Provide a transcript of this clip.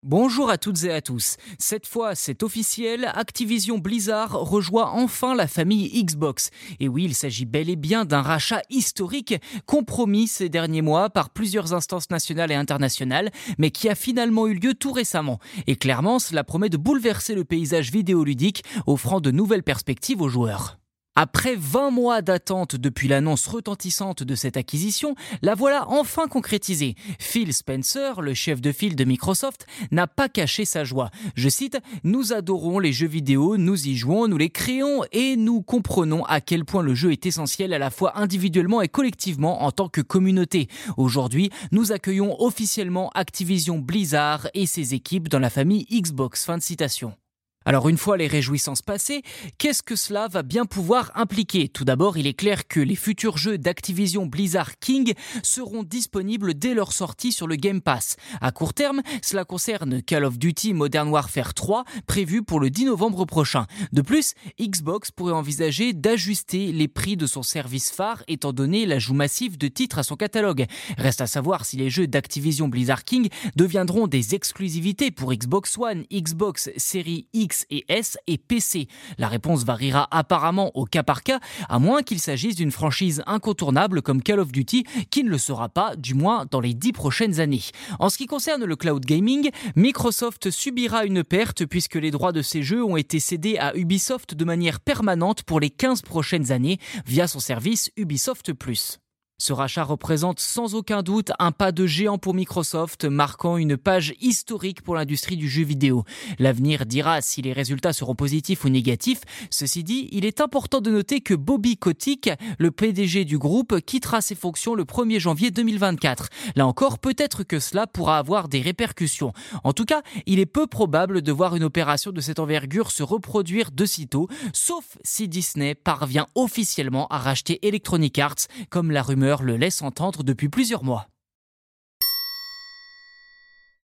Bonjour à toutes et à tous. Cette fois, c'est officiel, Activision Blizzard rejoint enfin la famille Xbox. Et oui, il s'agit bel et bien d'un rachat historique, compromis ces derniers mois par plusieurs instances nationales et internationales, mais qui a finalement eu lieu tout récemment. Et clairement, cela promet de bouleverser le paysage vidéoludique, offrant de nouvelles perspectives aux joueurs. Après 20 mois d'attente depuis l'annonce retentissante de cette acquisition, la voilà enfin concrétisée. Phil Spencer, le chef de file de Microsoft, n'a pas caché sa joie. Je cite « Nous adorons les jeux vidéo, nous y jouons, nous les créons et nous comprenons à quel point le jeu est essentiel à la fois individuellement et collectivement en tant que communauté. Aujourd'hui, nous accueillons officiellement Activision Blizzard et ses équipes dans la famille Xbox ». Fin de citation. Alors une fois les réjouissances passées, qu'est-ce que cela va bien pouvoir impliquer ? Tout d'abord, il est clair que les futurs jeux d'Activision Blizzard King seront disponibles dès leur sortie sur le Game Pass. À court terme, cela concerne Call of Duty Modern Warfare 3, prévu pour le 10 novembre prochain. De plus, Xbox pourrait envisager d'ajuster les prix de son service phare étant donné l'ajout massif de titres à son catalogue. Reste à savoir si les jeux d'Activision Blizzard King deviendront des exclusivités pour Xbox One, Xbox Series X et S et PC. La réponse variera apparemment au cas par cas, à moins qu'il s'agisse d'une franchise incontournable comme Call of Duty, qui ne le sera pas, du moins dans les 10 prochaines années. En ce qui concerne le cloud gaming, Microsoft subira une perte puisque les droits de ces jeux ont été cédés à Ubisoft de manière permanente pour les 15 prochaines années via son service Ubisoft Plus. Ce rachat représente sans aucun doute un pas de géant pour Microsoft, marquant une page historique pour l'industrie du jeu vidéo. L'avenir dira si les résultats seront positifs ou négatifs. Ceci dit, il est important de noter que Bobby Kotick, le PDG du groupe, quittera ses fonctions le 1er janvier 2024. Là encore, peut-être que cela pourra avoir des répercussions. En tout cas, il est peu probable de voir une opération de cette envergure se reproduire de sitôt, sauf si Disney parvient officiellement à racheter Electronic Arts, comme la rumeur le laisse entendre depuis plusieurs mois.